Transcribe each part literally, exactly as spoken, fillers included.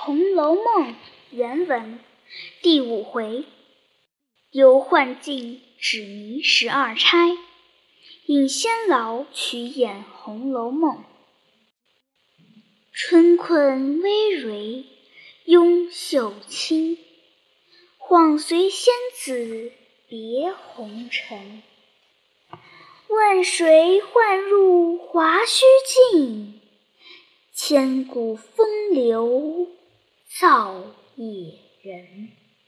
红楼梦》原文第五回，由幻境指迷十二钗，引仙劳曲演《红楼梦》。春困微蕤拥袖轻，晃随仙子别红尘。问谁唤入华胥镜，千古风流造野人。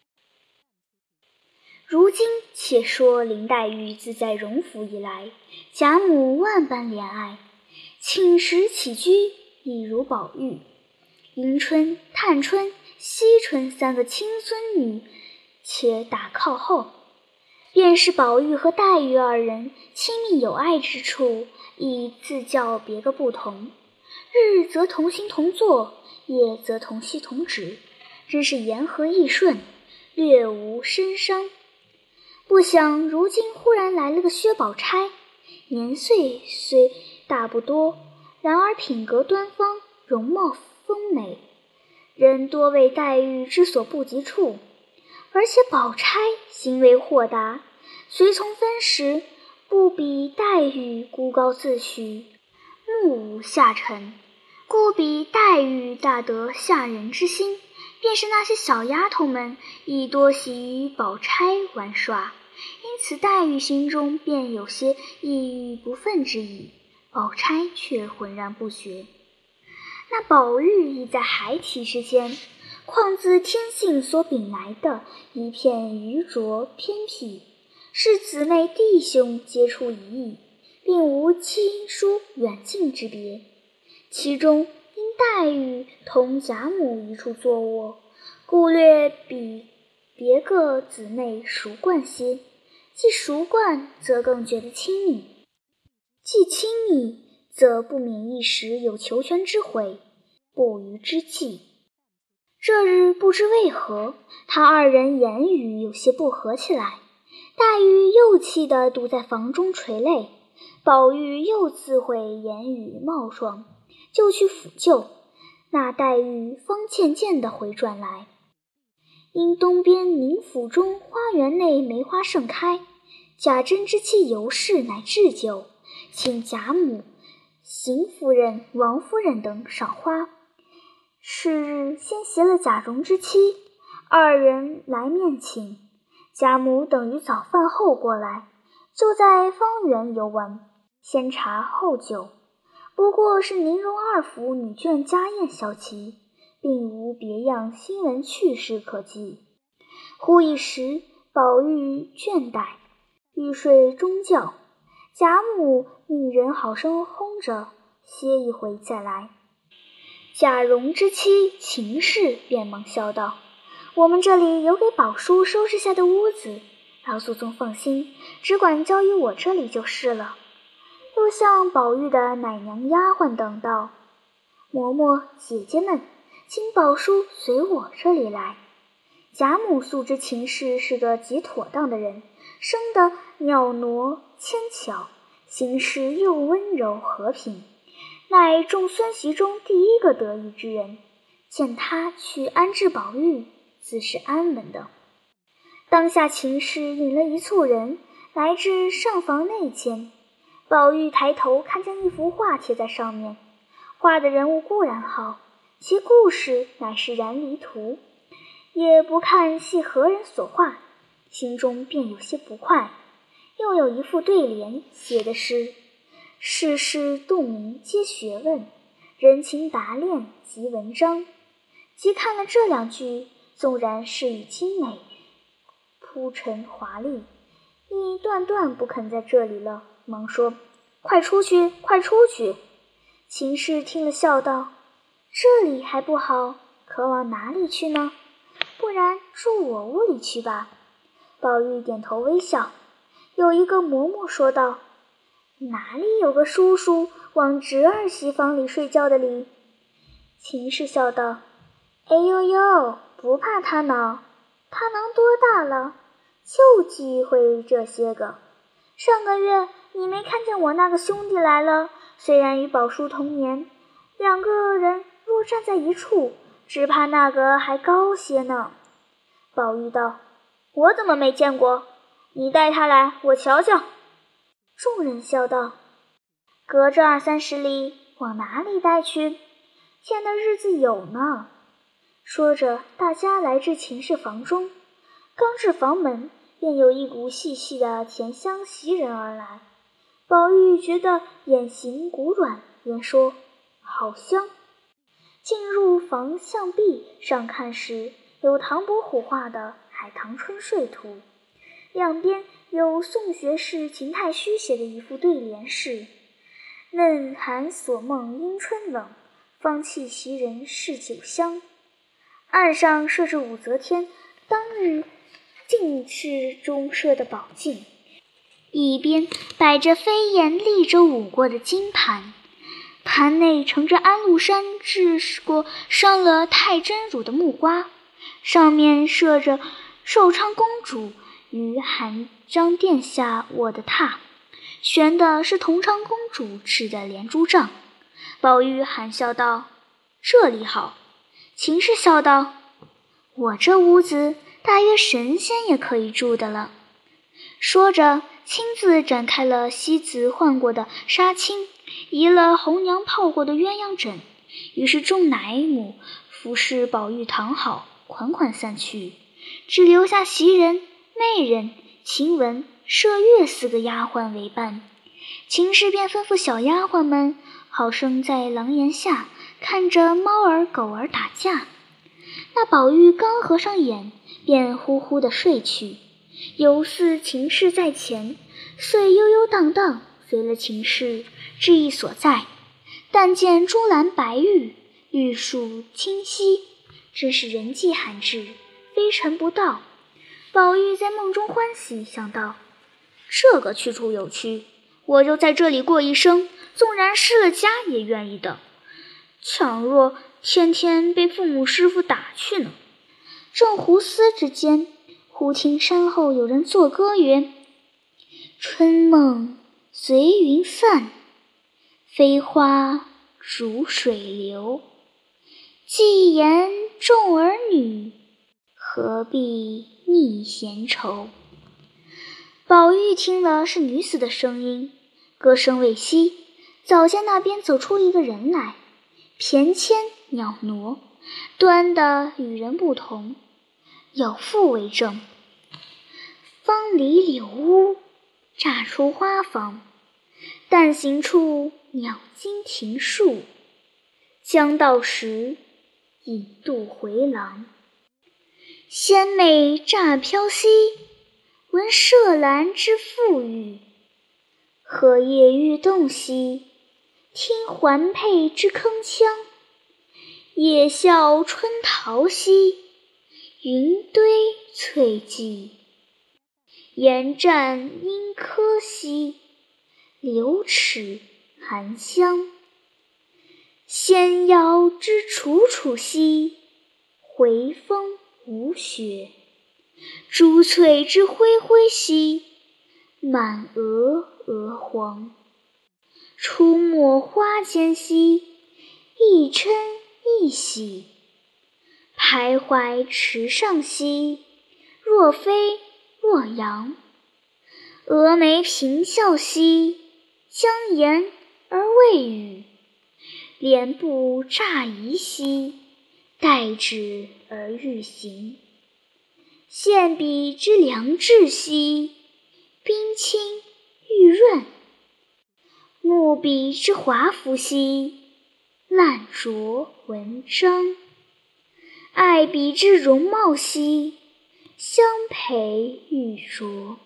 如今且说林黛玉自在荣府以来，贾母万般怜爱，寝食起居亦如宝玉。迎春、探春、惜春三个亲孙女且打靠后，便是宝玉和黛玉二人亲密有爱之处，亦自较别个不同。日则同行同坐，夜则同息同止，真是言和意顺，略无生伤。不想如今忽然来了个薛宝钗，年岁虽大不多，然而品格端方，容貌丰美，人多为黛玉之所不及处。而且宝钗行为豁达，随从分时不比黛玉孤高自许，目无下尘，故比黛玉大得下人之心。便是那些小丫头们亦多喜与宝钗玩耍，因此黛玉心中便有些意欲不忿之意，宝钗却浑然不觉。那宝玉亦在孩提之间，况自天性所禀来的一片愚拙偏僻，是姊妹弟兄皆出一意，并无亲疏远近之别。其中因黛玉同贾母一处坐卧，故略比别个姊妹熟惯些，既熟惯则更觉得亲密，既亲密则不免一时有求全之悔，不虞之计。这日不知为何，他二人言语有些不合起来，黛玉又气得独在房中垂泪，宝玉又自悔言语冒撞，就去抚救。那黛玉方渐渐地回转来，因东边宁府中花园内梅花盛开，贾珍之妻尤氏乃置酒，请贾母、邢夫人、王夫人等赏花。是日先携了贾蓉之妻，二人来面请。贾母等于早饭后过来，就在芳园游玩，先茶后酒，不过是宁荣二府女眷家宴小齐，并无别样新闻趣事可记。忽一时宝玉倦怠，欲睡中觉，贾母命人好生烘着，歇一回再来。贾蓉之妻秦氏便忙笑道：“我们这里有给宝叔收拾下的屋子，老祖宗放心，只管交于我这里就是了。”又向宝玉的奶娘丫鬟等道：“嬷嬷姐姐们，请宝叔随我这里来。”贾母素知秦氏是个极妥当的人，生得袅娜纤巧，行事又温柔和平，乃众孙媳中第一个得意之人，见他去安置宝玉，自是安稳的。当下秦氏引了一簇人来至上房内间，宝玉抬头看见一幅画贴在上面，画的人物固然好，其故事乃是燃离图，也不看系何人所画，心中便有些不快。又有一副对联，写的是：世事洞明皆学问，人情达练即文章。即看了这两句，纵然是以精美铺陈华丽，亦断断不肯在这里了，忙说：“快出去，快出去！”秦氏听了笑道：“这里还不好，可往哪里去呢？不然住我屋里去吧。”宝玉点头微笑。有一个嬷嬷说道：“哪里有个叔叔往侄儿媳房里睡觉的理？”秦氏笑道：“哎呦呦，不怕他恼，他能多大了，就忌讳这些个。上个月你没看见我那个兄弟来了，虽然与宝叔同年，两个人若站在一处， 只怕那个还高些呢。宝玉道：我怎么没见过？你带他来，我瞧瞧。众人笑道：隔着二三十里，往哪里带去？天的日子有呢。说着，大家来至秦氏房中，刚至房门，便有一股细细的甜香袭人而来。宝玉觉得眼形骨软，连说：好香。进入房向壁上看时，有唐伯虎画的《海棠春睡图》，两边有宋学士秦太虚写的一副对联是：嫩寒锁梦阴春冷，芳气袭人是酒香。案上设置武则天当日进士中设的宝镜，一边摆着飞檐立着舞过的金盘，盘内盛着安禄山治过伤了太真乳的木瓜，上面设着寿昌公主与韩章殿下卧的榻，悬的是同昌公主制的连珠帐。宝玉含笑道：这里好。秦氏笑道：我这屋子大约神仙也可以住的了。说着亲自展开了西子换过的纱青，移了红娘泡过的鸳鸯枕，于是众奶母服侍宝玉躺好，款款散去，只留下袭人、媚人、晴雯、麝月四个丫鬟为伴。秦氏便吩咐小丫鬟们好生在廊檐下看着猫儿狗儿打架。那宝玉刚合上眼，便呼呼地睡去，犹似秦氏在前，遂悠悠荡荡随了秦氏至意所在。但见珠栏白玉，玉树清晰，真是人迹罕至，非尘不到。宝玉在梦中欢喜，想到这个去处有趣，我就在这里过一生，纵然失了家也愿意的，倘若天天被父母师傅打去呢。正胡思之间，忽听山后有人作歌曰：春梦随云散，飞花逐水流。既言众儿女，何必逆闲愁。宝玉听了是女子的声音，歌声未息，早见那边走出一个人来，翩跹袅娜，端的与人不同。有妇为证：方离柳屋，乍出花房，但行处鸟惊庭树，将到时引渡回廊。仙袂乍飘兮，闻麝兰之馥郁；荷叶欲动兮，听环佩之铿锵。夜笑春桃兮，云堆翠髻；烟战阴柯兮，流齿含香。仙腰之楚楚兮，回风无雪；珠翠之辉辉兮，满额鹅黄。出没花间兮，一嗔一喜；徘徊池上兮，若飞若扬。蛾眉颦笑兮，将言而未语；莲步乍移兮，待止而欲行。线笔之良质兮，冰清玉润；木笔之华服兮，烂拙文章。爱笔之容貌兮，相陪玉琢；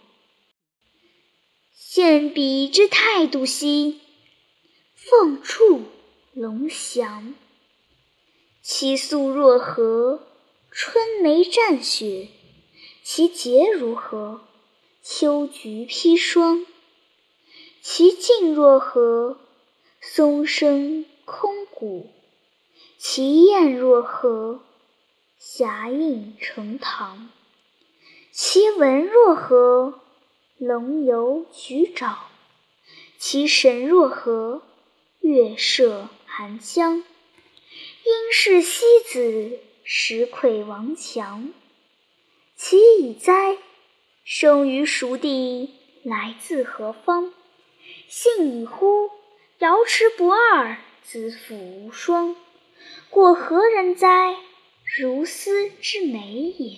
献笔之态度兮，凤处龙翔。其素若何，春梅蘸雪；其洁如何，秋菊披霜。其静若何，松声空谷；其艳若何，霞映成堂。其文若何，龙游曲沼；其神若何，月射寒江。 应是西子，实愧王强。其已哉？生于蜀地，来自何方？信已乎？瑶池不二，子父无双。过何人哉？如斯之美也。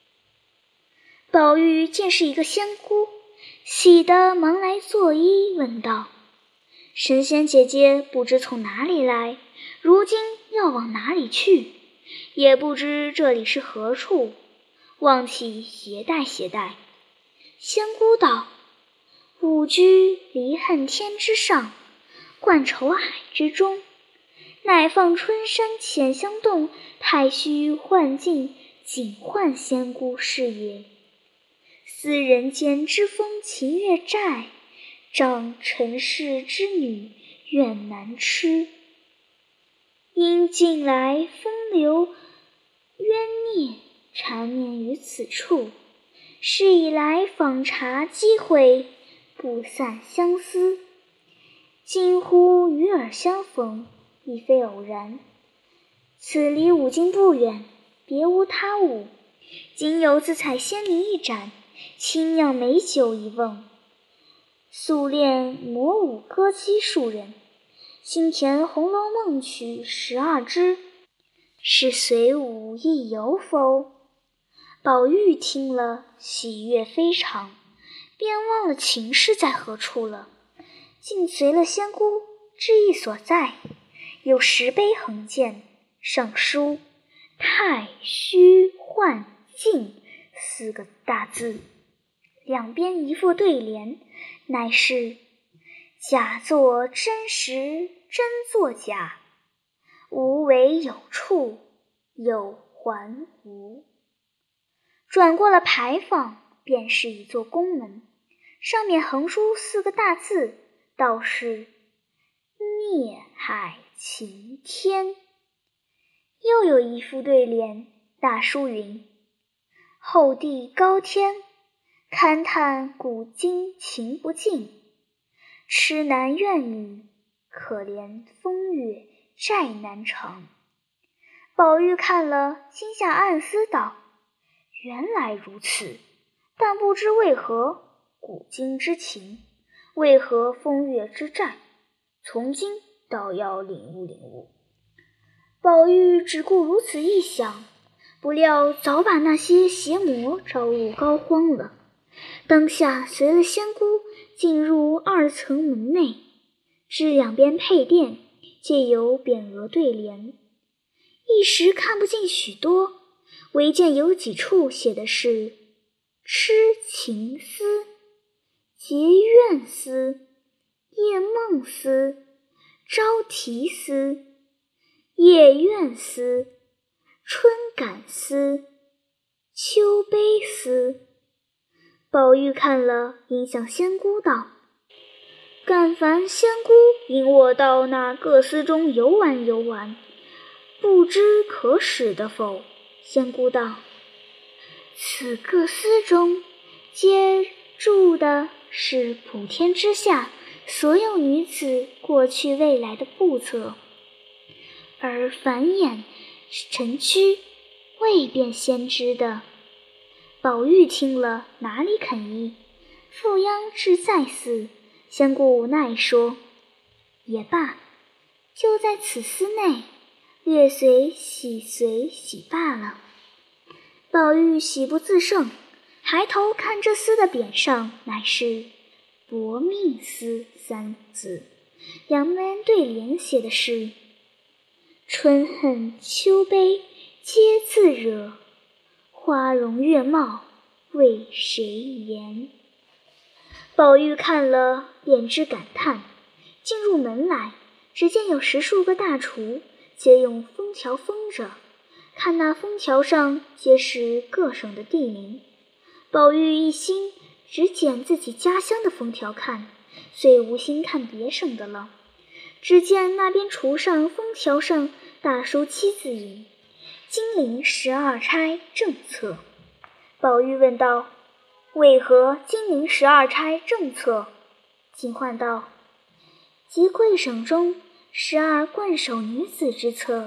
宝玉见是一个仙姑，喜得忙来作揖，问道：神仙姐姐不知从哪里来，如今要往哪里去？也不知这里是何处，望其携带携带。仙姑道：吾居离恨天之上，观愁海之中，乃放春山浅香洞，太虚幻境，仅唤仙姑是也。思人间之风情越债，仗尘世之女怨难痴。因近来风流冤孽，缠绵于此处，是以来访茶机会，不散相思。今忽与尔相逢，亦非偶然。此离五经不远，别无他物，仅有自采仙茗一盏，清酿美酒一瓮，素练魔舞歌姬数人，新填《红楼梦》曲十二支，是随舞亦有否？宝玉听了，喜悦非常，便忘了情势在何处了，竟随了仙姑知意所在，有石碑横见，上书太虚幻境四个大字，两边一副对联，乃是假作真实，真作假，无为有处，有还无。转过了牌坊，便是一座宫门，上面横书四个大字，道是孽海晴天。又有一副对联，大书云：后地高天，勘探古今情不尽，痴男怨女，可怜风月债难偿。宝玉看了，心下暗思道：原来如此，但不知为何古今之情，为何风月之债，从今倒要领悟领悟。宝玉只顾如此一想，不料早把那些邪魔招入膏肓了。当下随了仙姑进入二层门内，至两边配殿，皆有匾额对联，一时看不尽许多，唯见有几处写的是痴情思、结怨思、夜梦思、朝啼思、夜怨思、春感思、秋悲思。宝玉看了，应向仙姑道：但烦仙姑引我到那各司中游玩游玩，不知可使的否？仙姑道：此各司中皆住的是普天之下所有女子过去未来的簿册，而繁衍晨躯，未便先知的。宝玉听了，哪里肯依，复央至再四，仙姑无奈说：也罢，就在此司内，略随喜随喜罢了。宝玉喜不自胜，抬头看这司的匾上，乃是薄命司三字，两边对联写的是春恨秋悲皆自惹，花容月貌为谁言。宝玉看了，便知感叹，进入门来，只见有十数个大橱，皆用封条封着，看那封条上皆是各省的地名。宝玉一心只捡自己家乡的封条看，遂无心看别省的了。只见那边橱上封条上大书七字引金陵十二钗正册。宝玉问道：为何金陵十二钗正册？金焕道：即贵省中十二冠首女子之册，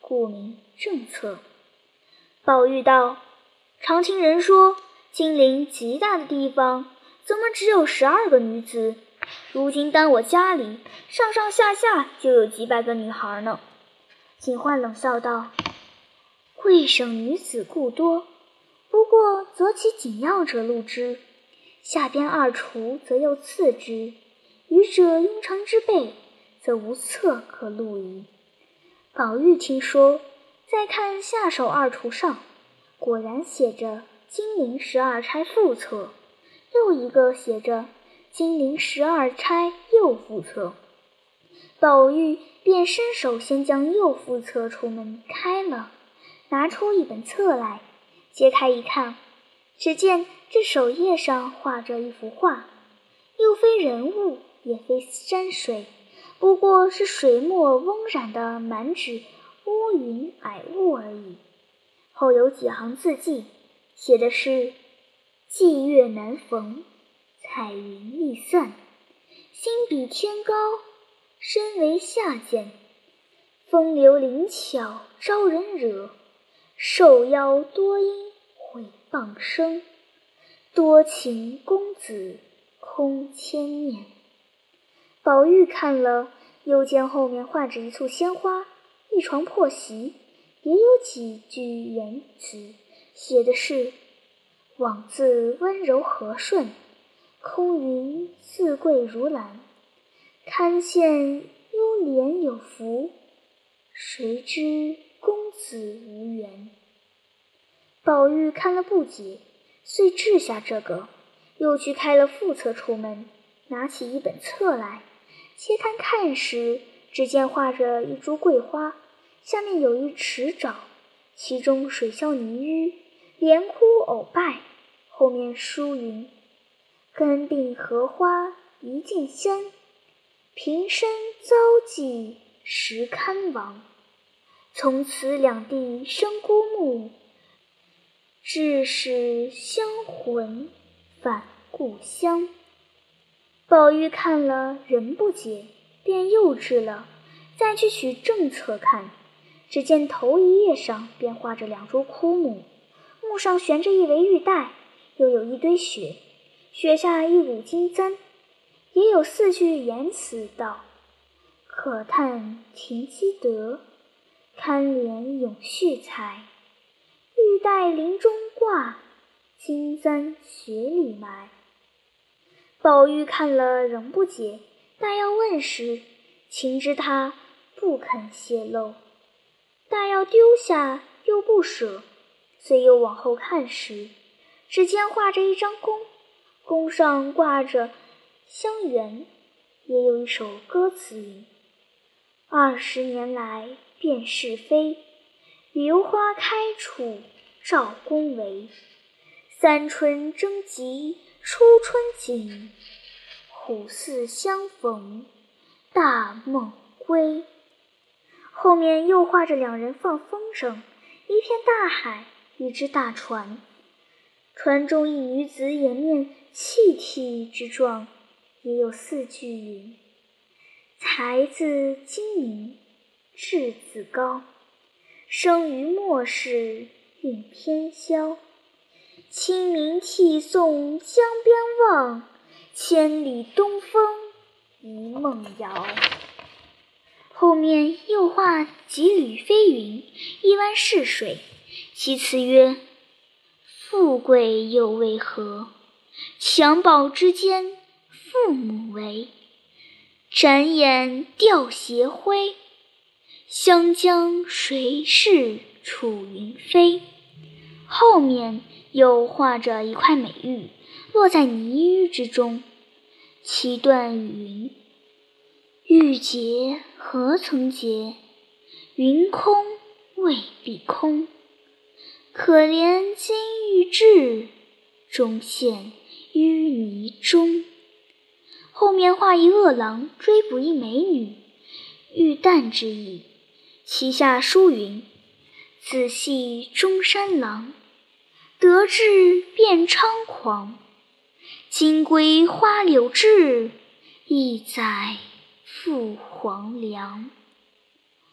故名正策。宝玉道：常听人说，金陵极大的地方，怎么只有十二个女子？如今单我家里，上上下下就有几百个女孩呢。警幻冷笑道：贵省女子故多，不过择其紧要者录之，下边二厨则又次之，余者庸常之辈，则无册可录矣。宝玉听说，再看下手二厨上，果然写着金陵十二钗副册，又一个写着金陵十二钗右副册。宝玉便伸手先将右副册出门开了，拿出一本册来，揭开一看，只见这首页上画着一幅画，又非人物，也非山水，不过是水墨翁染的满纸乌云霭雾而已。后有几行字迹，写的是：霁月难逢，彩云易散，心比天高，身为下贱，风流灵巧招人惹，受邀多因毁谤声，多情公子空牵念。宝玉看了，又见后面画着一簇鲜花，一床破席，也有几句言辞，写的是：枉自温柔和顺，空云自贵如兰，堪羡幽怜有福，谁知公子无缘。宝玉看了不解，遂掷下这个，又去开了副册出门，拿起一本册来，揭开看时，只见画着一株桂花，下面有一池沼，其中水消泥淤，莲枯藕败，后面书云：根病荷花一径香，平生遭际实堪亡。从此两地生孤木，致使香魂返故乡。宝玉看了仍不解，便又掷了，再去取正册看，只见头一页上便画着两株枯木，木上悬着一围玉带，又有一堆雪，雪下一乳金簪，也有四句言辞道：可叹停机德，堪怜永续才，玉带林中挂，金簪雪里埋。宝玉看了仍不解，大要问时，情知他不肯泄露，大要丢下又不舍，遂又往后看时，只见画着一张弓，弓上挂着香橼，也有一首歌词云：二十年来辨是非，榴花开处照宫闱，三春争及初春景，虎兕相逢大梦归。后面又画着两人放风筝，一片大海，一只大船，船中一女子掩面泣涕之状，也有四句云：才自精明，志自高，生于末世运偏消，清明涕送江边望，千里东风一梦遥。后面又画几缕飞云，一湾逝水，其词曰：富贵又为何，襁褓之间父母为，展眼吊斜晖，湘江谁是楚云飞。后面又画着一块美玉，落在泥淤之中，其段语云：玉洁何曾洁，云空未必空，可怜金玉质，终陷淤泥中。后面画一恶狼追捕一美女，玉旦之意，其下书云：仔细中山狼，得志便猖狂，金龟花柳志，一载赴黄粱。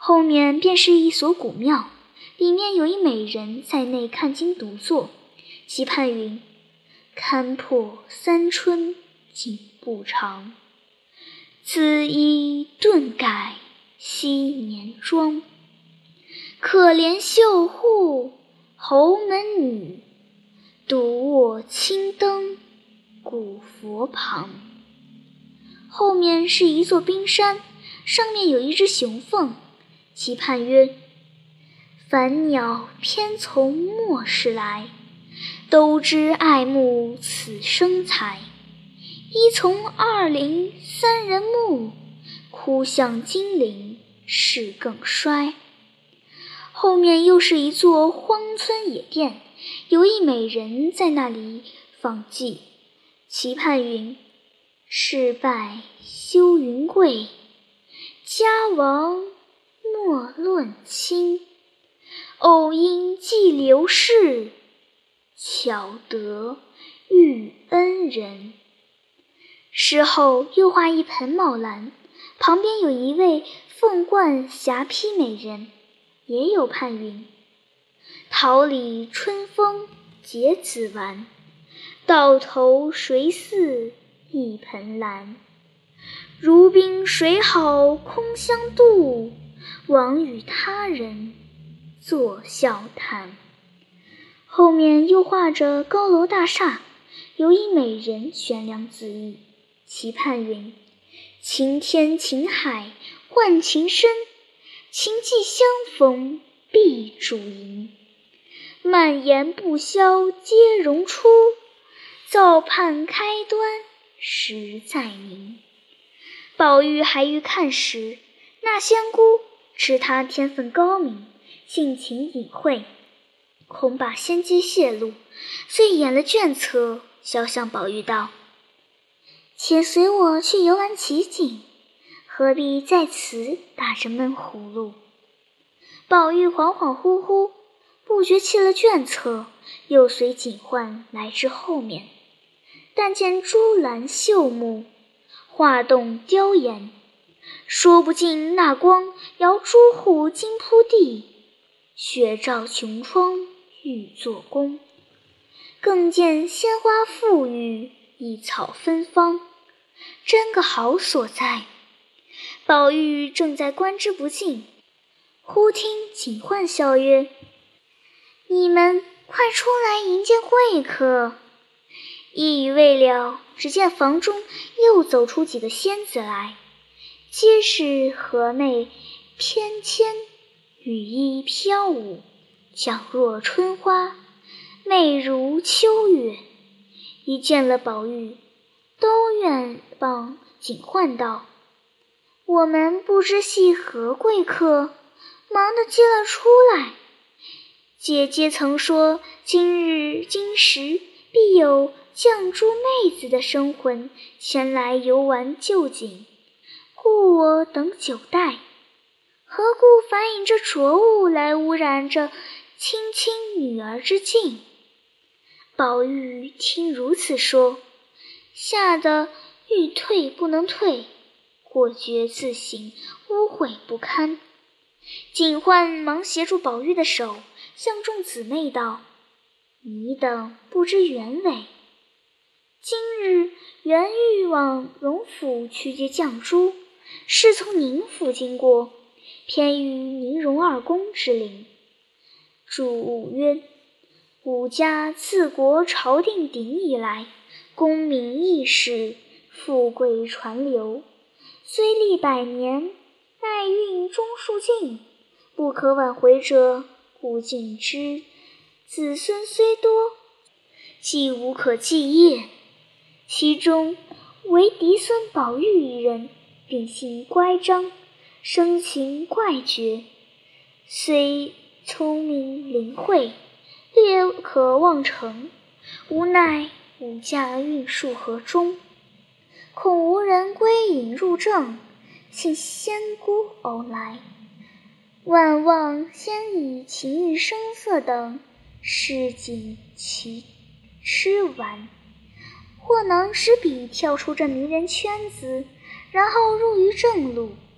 后面便是一所古庙，里面有一美人在内看经独坐。期盼云：看破三春景不长，紫衣顿改昔年妆。可怜绣户侯门女，独卧青灯古佛旁。后面是一座冰山，上面有一只雄凤。期盼曰：凡鸟偏从末世来，都知爱慕此生才。一从二陵三人木，哭向金陵事更衰。后面又是一座荒村野店，有一美人在那里访妓。期盼云：事败休云贵，家亡莫论亲。偶因寄刘氏，巧得遇恩人。事后又画一盆茂兰，旁边有一位凤冠霞帔美人，也有盼云：桃李春风结子完，到头谁似一盆兰。如冰水好空相妒，枉与他人作笑谈。后面又画着高楼大厦，有一美人悬梁自缢。期盼云：晴天晴海换情深，情既相逢必主淫。蔓延不消皆荣出，早盼开端实在明。宝玉还欲看时，那仙姑知他天分高明，性情隐晦，恐把仙机泄露，遂演了卷册，笑向宝玉道：且随我去游玩奇景，何必在此打着闷葫芦。宝玉恍恍惚惚，不觉弃了卷册，又随警幻来至后面，但见珠栏绣幕，画栋雕檐，说不尽那光，摇朱户金铺地，雪照琼窗玉作宫。更见鲜花馥郁，异草芬芳，真个好所在。宝玉正在观之不尽，忽听警幻笑曰：你们快出来迎接贵客。一语未了，只见房中又走出几个仙子来，皆是和媚翩跹，羽衣飘舞，皎若春花，媚如秋月。一见了宝玉，都愿往警幻道：我们不知系何贵客，忙得接了出来。姐姐曾说今日今时必有绛珠妹子的生魂前来游玩旧景，故我等久待，何故反引这浊物来污染这卿卿女儿之境？宝玉听如此说，吓得欲退不能退，果觉自省，污秽不堪。警幻忙协助宝玉的手，向众姊妹道：你等不知原委，今日原欲往荣府去接绛珠，是从宁府经过，偏遇宁荣二公之灵。主吾曰：吾家自国朝定鼎以来，功名易世，富贵传流，虽历百年，待运终数尽，不可挽回者，故尽之。子孙虽多，既无可继业。其中唯嫡孙宝玉一人，秉性乖张，生情怪绝，虽聪明灵慧，略可望成，无奈吾家运数何中，恐无人归隐入正，请仙姑偶来，万望先以情欲声色等示尽其痴玩，或能使彼跳出这迷人圈子，然后入于正路，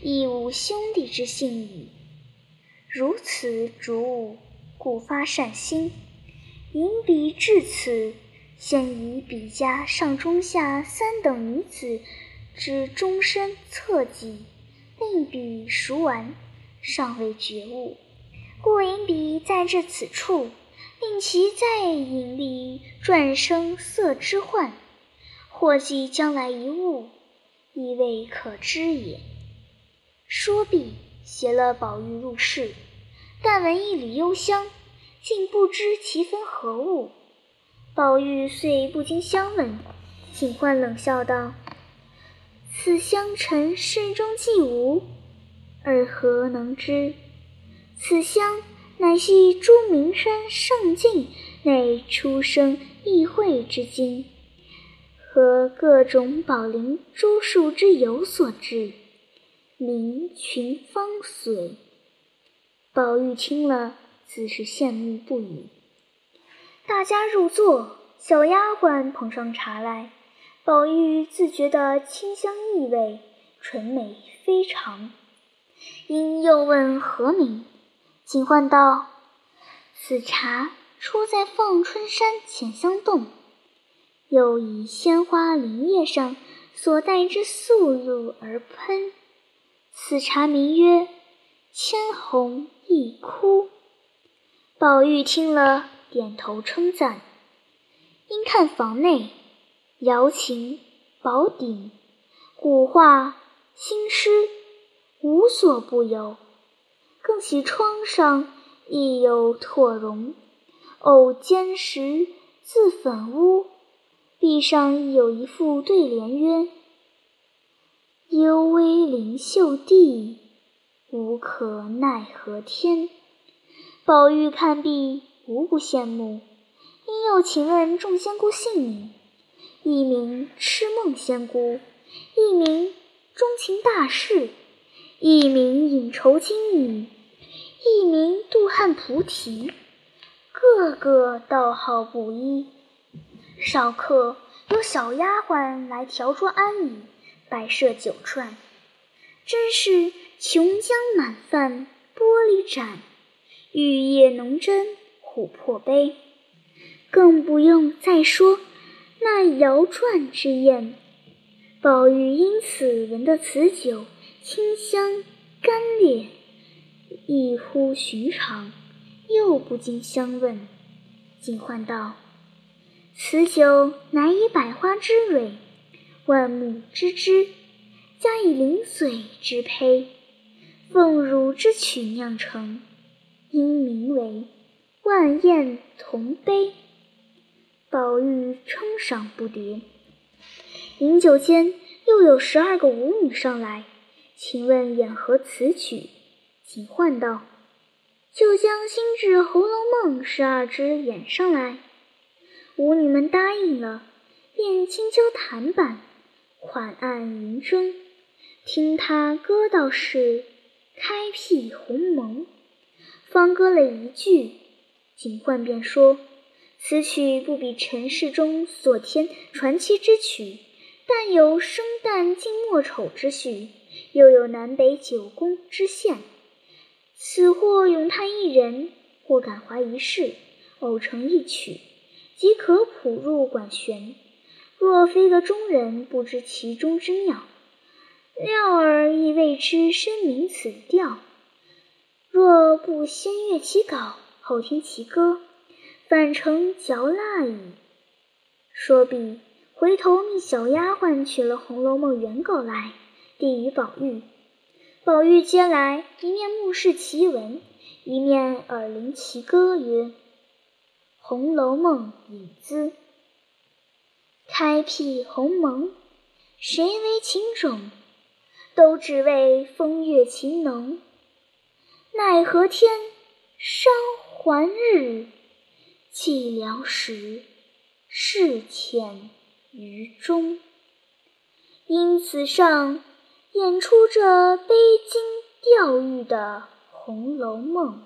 亦无兄弟之信矣。如此主吾，故发善心，引彼至此，现以彼家上中下三等女子之终身侧记，令彼熟玩，尚未觉悟，故引彼在这此处，令其再引力转生色之幻，或记将来一物，亦未可知也。说毕，携了宝玉入室，但闻一缕幽香，竟不知其分何物。宝玉遂不禁相问，警幻冷笑道：“此香尘室中既无，尔何能知？此香乃系朱明山圣境内出生异会之精，和各种宝灵诸树之油所制，名群芳髓。”宝玉听了，自是羡慕不已。大家入座，小丫鬟捧上茶来，宝玉自觉得清香异味，纯美非常。因又问何名，警幻道：“此茶出在放春山浅香洞，又以鲜花林叶上所带之素露而喷。此茶名曰千红一枯。”宝玉听了，点头称赞。因看房内，瑶琴、宝鼎、古画、新诗，无所不有，更其窗上亦有拓绒、偶坚石、字粉屋，壁上亦有一副对联曰：“幽微灵秀地，无可奈何天。”宝玉看毕，无不羡慕，因又请问众仙姑姓名，一名痴梦仙姑，一名钟情大士，一名隐愁金女，一名杜汉菩提，个个道号不一。少客有小丫鬟来调桌安椅，摆设酒馔，真是琼浆满饭，玻璃盏，玉液浓针，琥珀杯。更不用再说那摇转之宴。宝玉因此闻得此酒清香甘冽，异乎寻常，又不禁相问。警幻道：“此酒乃以百花之蕊、万木之枝，加以灵髓之胚、凤乳之曲酿成，因名为万宴同杯。”宝玉称赏不迭。饮酒间，又有十二个舞女上来，请问演何此曲。警幻道：“就将新制《红楼梦》十二支演上来。”舞女们答应了，便轻敲弹板，款按银筝，听他歌道是开辟鸿蒙。方歌了一句，警幻便说：“此曲不比尘世中所填传奇之曲，但有生旦净末丑之序，又有南北九宫之线。此或咏叹一人，或感怀一事，偶成一曲，即可谱入管弦。若非个中人，不知其中之妙，料儿亦未知深明此调。若不先阅其稿，后听其歌，反成嚼蜡矣。”说毕，回头命小丫鬟取了《红楼梦》原稿来，递与宝玉。宝玉接来，一面目视其文，一面耳聆其歌，曰：“《红楼梦》引子，开辟鸿蒙，谁为情种？都只为风月情浓。奈何天，伤还日，寂寥时，事浅于中。因此上演出这悲金吊玉的《红楼梦》。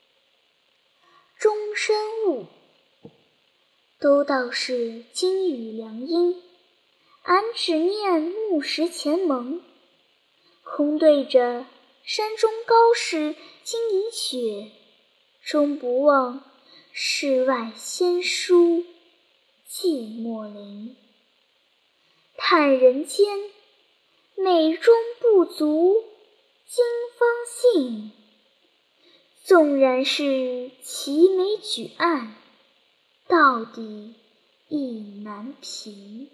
终身物，都道是金玉良姻，俺只念木石前盟。 空对着山中高士今已雪，终不忘世外仙姝寂寞林。叹人间美中不足今方信，纵然是齐眉举案，到底意难平。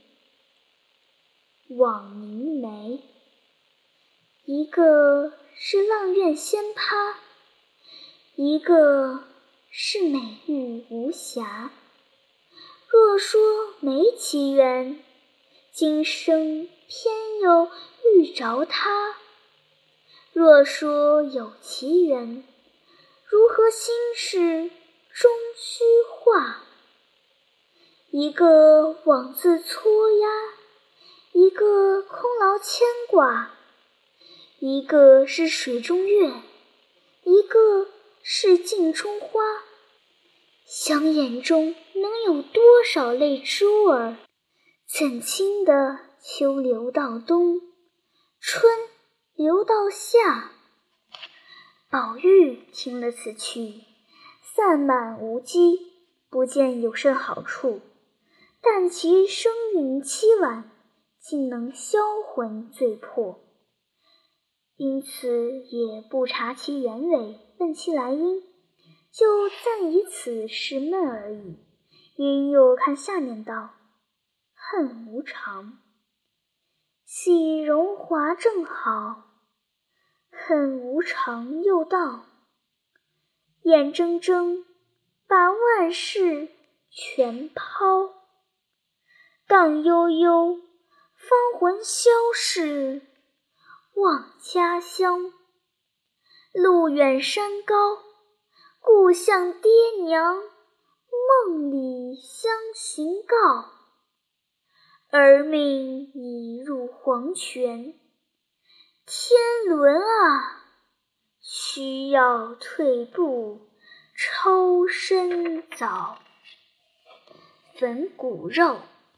枉凝眉，一个是阆苑仙葩，一个是美玉无瑕。若说没奇缘，今生偏又遇着他；若说有奇缘，如何心事终虚化？一个枉自搓压，一个空劳牵挂，一个是水中月，一个是镜中花。想眼中能有多少泪珠儿？怎经得秋流到冬，春流到夏？宝玉听了此曲，散漫无羁，不见有甚好处，但其声韵凄婉，竟能销魂醉魄，因此也不查其原委，问其来因，就暂以此是闷而已。因又看下面道：恨无常，喜荣华正好，恨无常又道：眼睁睁把万事全抛，荡悠悠芳魂消逝，望家乡。路远山高，故乡爹娘梦里相寻告。儿命已入黄泉，天伦啊，需要退步抽身早。焚骨肉，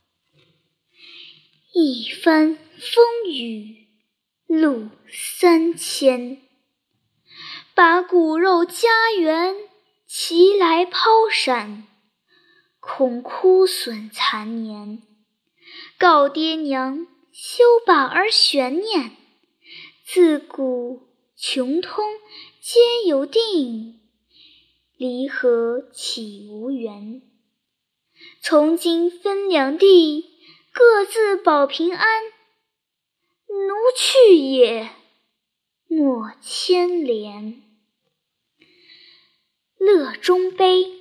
一番风雨路三千，把骨肉家园齐来抛闪，恐枯损残年。告爹娘休把儿悬念，自古穷通皆有定，离合岂无缘？从今分两地，各自保平安。奴去也，莫牵连。乐中悲，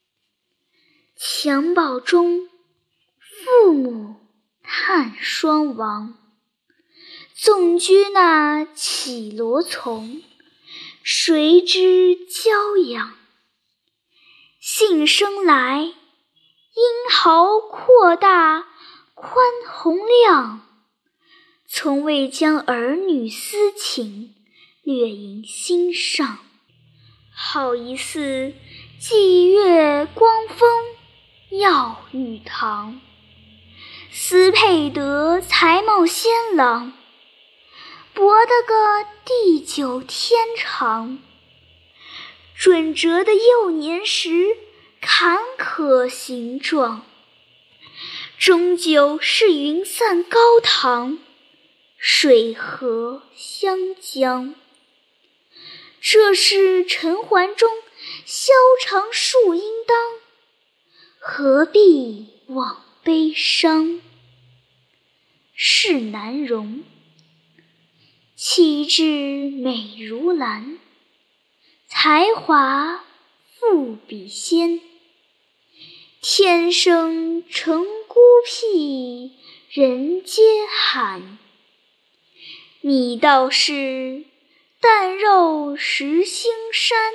襁褓中父母叹双亡。纵居那绮罗丛，谁知娇养？幸生来，英豪阔大宽宏量，从未将儿女私情略萦心上。好一似霁月光风耀玉堂，斯配得才貌仙郎，博得个地久天长。准折的幼年时坎坷形状，终究是云散高堂，水合湘江。这是尘寰中萧长树应当，何必枉悲伤？是难容，气质美如兰，才华富比仙。天生成孤僻，人皆罕。你倒是淡肉食腥膻，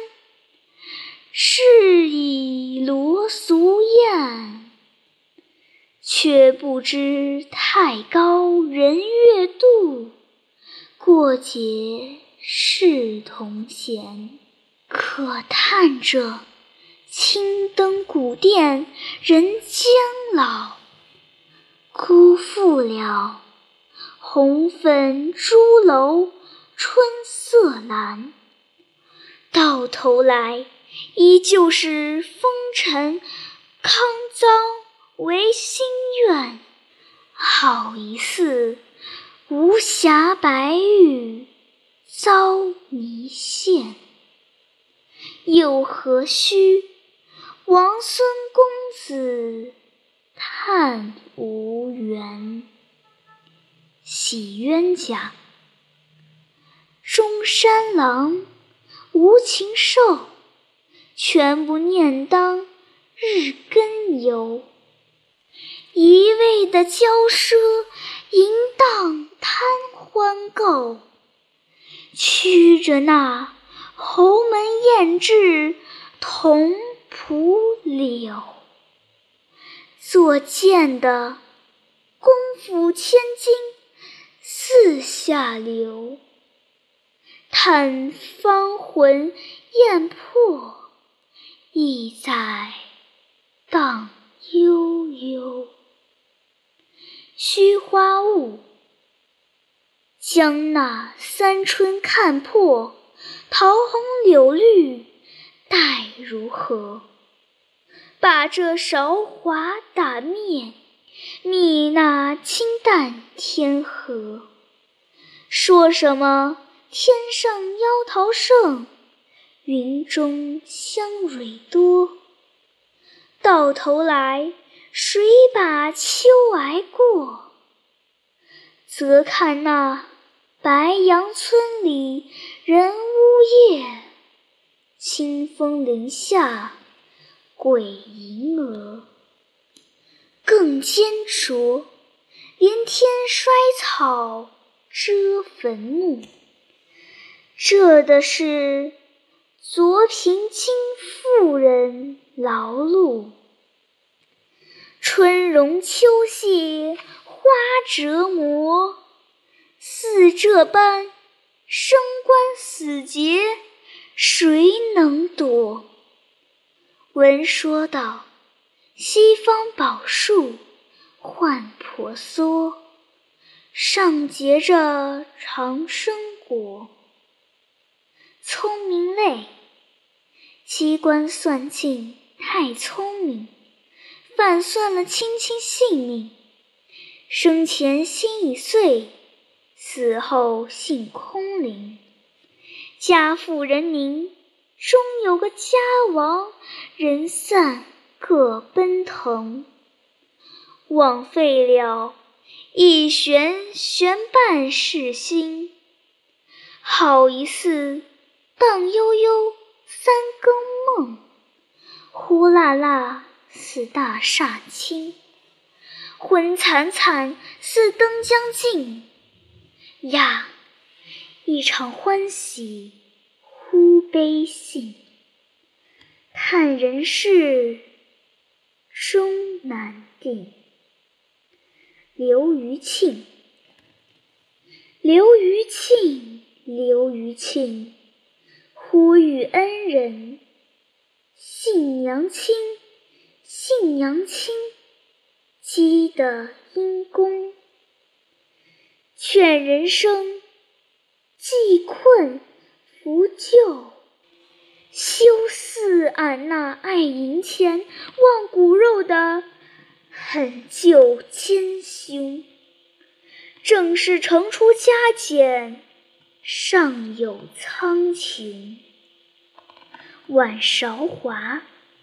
是以罗俗艳，却不知太高人月度，过节是同闲。可叹着青灯古殿人将老，辜负了红粉朱楼春色阑。到头来依旧是风尘康遭为心愿，好一似无暇白玉遭泥陷。又何须王孙公子叹无缘。喜冤家，中山狼，无情兽，全不念当日根游。一味的骄奢淫荡贪欢购，驱着那侯门艳质同蒲柳。作贱的功夫千金四下流，叹芳魂艳魄，意在荡悠悠。虚花雾，将那三春看破，桃红柳绿待如何？把这韶华打灭，觅那清淡天河。说什么天上妖桃盛，云中香蕊多，到头来谁把秋挨过？则看那白杨村里人呜咽，清风林下鬼吟蛾。更煎灼，连天衰草遮坟墓。这的是昨凭今妇人劳碌，春荣秋谢花折磨。似这般生关死结，谁能躲？闻说道，西方宝树换婆娑，上结着长生果。聪明类，机关算尽太聪明，反算了卿卿性命。生前心已碎，死后性空灵。家富人宁，终有个家亡，人散各奔腾。枉费了一悬悬半世心，好一似荡悠悠三更梦，呼啦啦似大厦倾，昏惨惨似灯将尽。呀，一场欢喜忽悲信，叹人世终难定。刘余庆，刘余庆，刘余庆，忽遇恩人，姓娘亲，姓娘亲，积得阴功。劝人生，济困扶救，休似俺那爱银钱忘骨肉的狠救奸凶。正是惩除加减，尚有苍穹。晚韶华，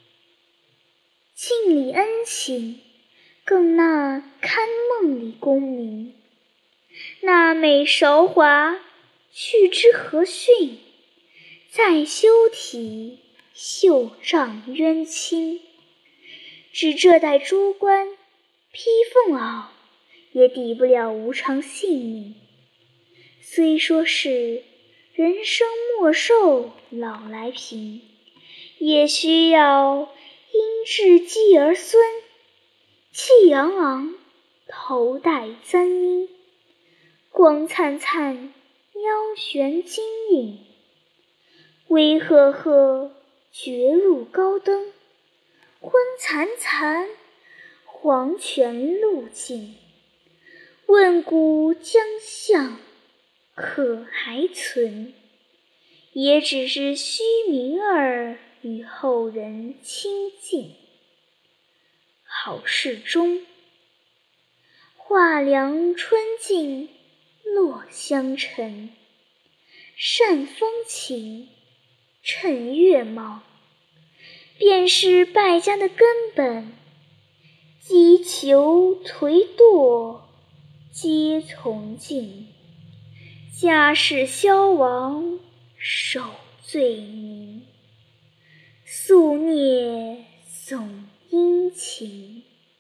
尽礼恩情，更那堪梦里功名。那美韶华去之何训？再修体，绣帐鸳亲。只这代诸官披凤袄，也抵不了无常性命。虽说是人生莫寿老来贫，也需要因治继儿孙，气昂昂，头戴簪缨，光灿灿，腰悬金印。威赫赫，绝路高登，昏惨惨，黄泉路径。问古将相， 可还存，也只是虚名儿，与后人亲近。好事终，画梁春尽落香尘。善风情，趁月貌，便是败家的根本。击求颓堕，皆从尽。家世消亡，守罪名。宿孽总殷勤，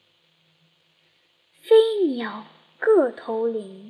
飞鸟各投林。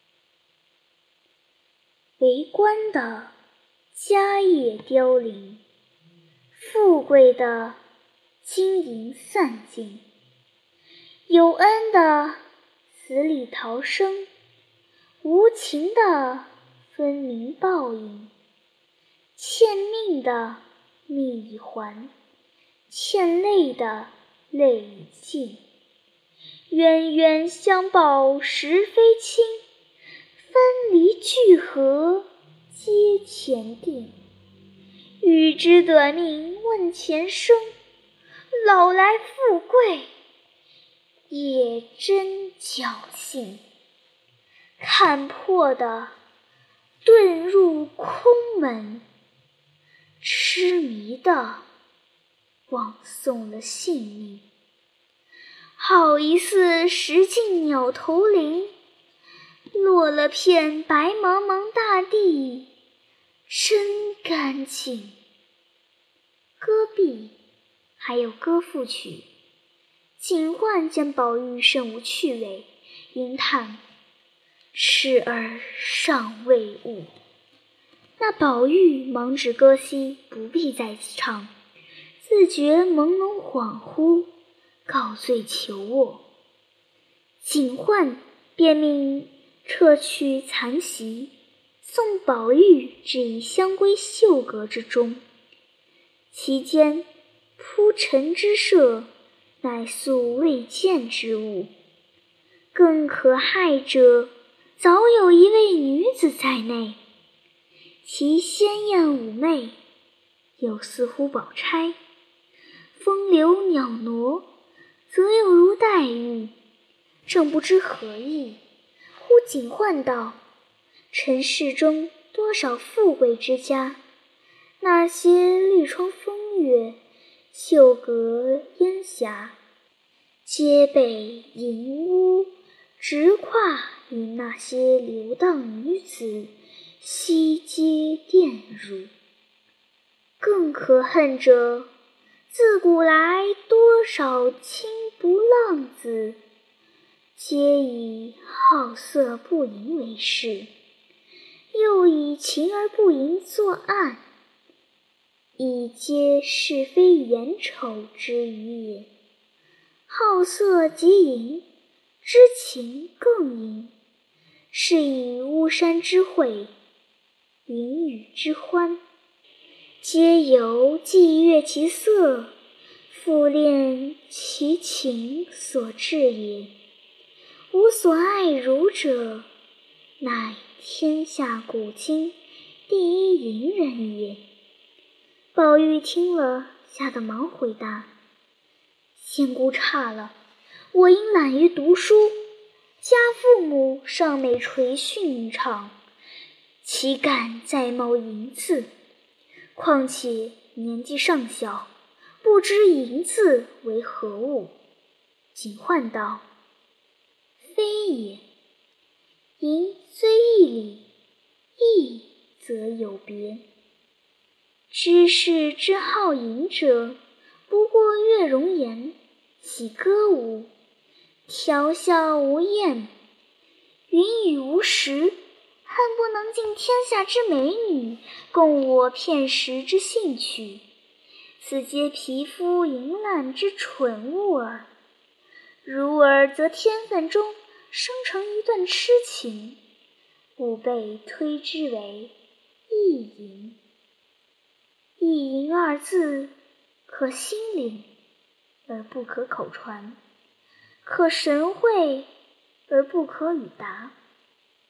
为官的家业凋零，富贵的金银散尽。有恩的死里逃生，无情的分明报应。欠命的命已还，欠泪的泪已尽。冤冤相报实非轻，分离聚合皆前定。欲知短命问前生，老来富贵也真侥幸。看破的遁入空门，痴迷的枉送了性命。好一似石径鸟投林，落了片白茫茫大地，真干净。歌毕，还有歌赋曲。警幻见宝玉甚无趣味，吟叹痴儿尚未悟。那宝玉忙止歌息，不必再唱，自觉朦胧恍惚，告罪求卧。警幻便命撤去残席，送宝玉至一香闺绣阁之中。其间铺陈之设，乃素未见之物。更可骇者，早有一位女子在内，其鲜艳妩媚，有似乎宝钗；风流袅娜，则有如黛玉。正不知何意，忽警幻道：尘世中多少富贵之家，那些绿窗风月，绣阁烟霞，皆被淫污直跨与那些流荡女子悉皆玷辱。更可恨者，自古来多少清不浪子，皆以好色不淫为事，又以情而不淫作案，以皆是非眼丑之余也。好色即淫，知情更淫，是以巫山之会，云雨之欢，皆由伎悦其色，复恋其情所致也。吾所爱汝者，乃天下古今第一淫人也。宝玉听了，吓得忙回答：仙姑差了，我因懒于读书，家父母尚美垂训场，岂敢再冒淫字？况且年纪尚小，不知淫字为何物。警幻道：非也。淫虽一理，义则有别。知世之好淫者，不过悦容颜，喜歌舞，调笑无厌，云雨无时，恨不能尽天下之美女，供我片时之兴趣。此皆皮肤淫烂之蠢物耳。如尔则天分中生成一段痴情，吾辈推之为意淫。意淫二字，可心领而不可口传，可神会而不可语达。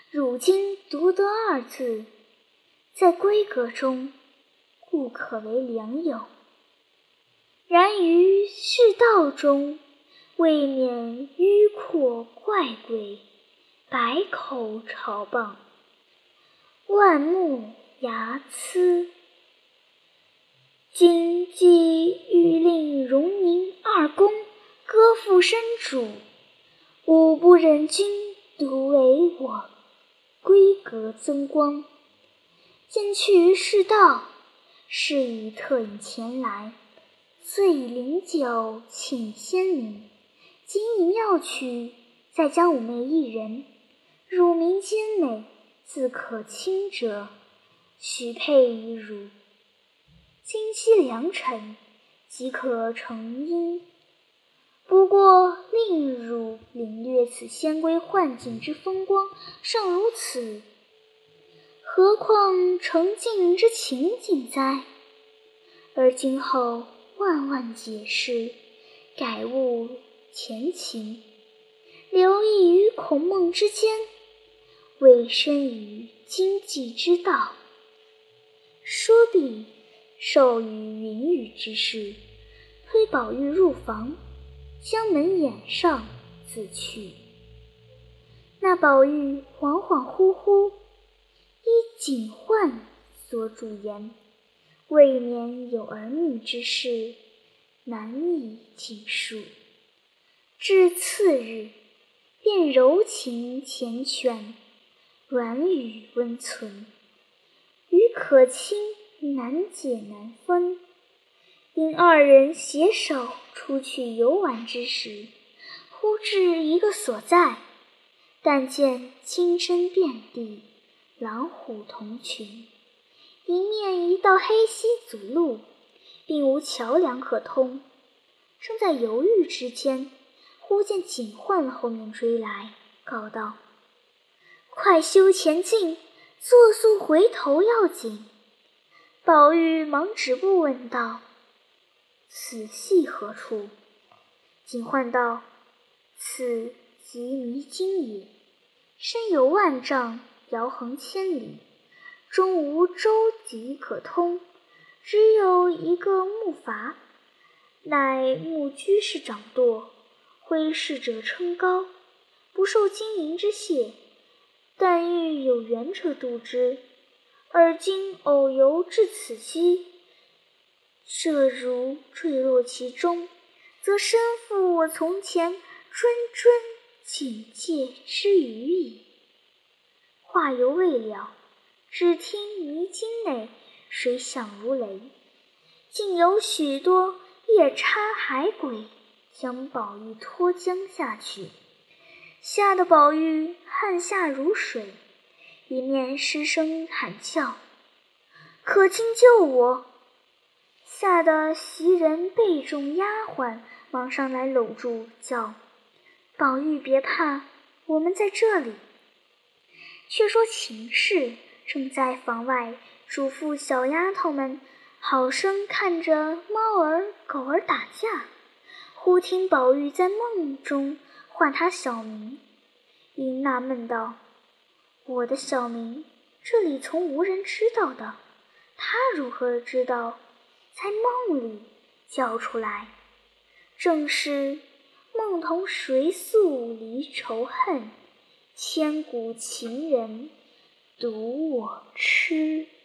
如今独得二字，在闺阁中，故可为良友。然于世道中，未免迂阔怪诡，百口嘲谤，万目睚眦。今既欲令荣宁二公割腹申主，吾不忍君独为我闺阁增光。今去于世道，是以特引前来，遂以灵酒请仙灵，仅以妙曲，再将妩媚一人，乳名兼美，自可亲者，许配于汝。今夕良辰，即可成姻。不过令汝领略此仙闺幻境之风光，尚如此，何况成境之情景哉？而今后万万解释，改悟前情，留意于孔孟之间，委身于经济之道。说毕，授予云雨之事，推宝玉入房，将门掩上，自去。那宝玉恍恍惚惚，依警幻所主言，未免有儿女之事，难以尽述。至次日，便柔情缱绻，软语温存，语可亲，难解难分。因二人携手出去游玩之时，忽至一个所在，但见金针遍地，狼虎同群，迎面一道黑溪阻路，并无桥梁可通。正在犹豫之间，忽见警幻后面追来，告道：“快休前进，作速回头要紧。”宝玉忙止步问道：“此系何处？”警幻道：“此即迷津也，深有万丈，遥横千里，中无舟楫可通，只有一个木筏，乃木居士掌舵，挥事者称高，不受金银之谢，但欲有缘者渡之。而今偶游至此溪，设如坠落其中，则身负我从前谆谆警戒之语矣。”话犹未了，只听迷津内水响如雷，竟有许多夜叉海鬼将宝玉拖江下去，吓得宝玉汗下如水，一面失声喊叫：“可卿救我！”吓得袭人背众丫鬟忙上来搂住，叫：“宝玉别怕，我们在这里。”却说秦氏正在房外嘱咐小丫头们好生看着猫儿狗儿打架，忽听宝玉在梦中唤他小名，因纳闷道：“我的小名，这里从无人知道的，他如何知道在梦里叫出来？正是梦同谁诉离仇恨，千古情人独我痴。”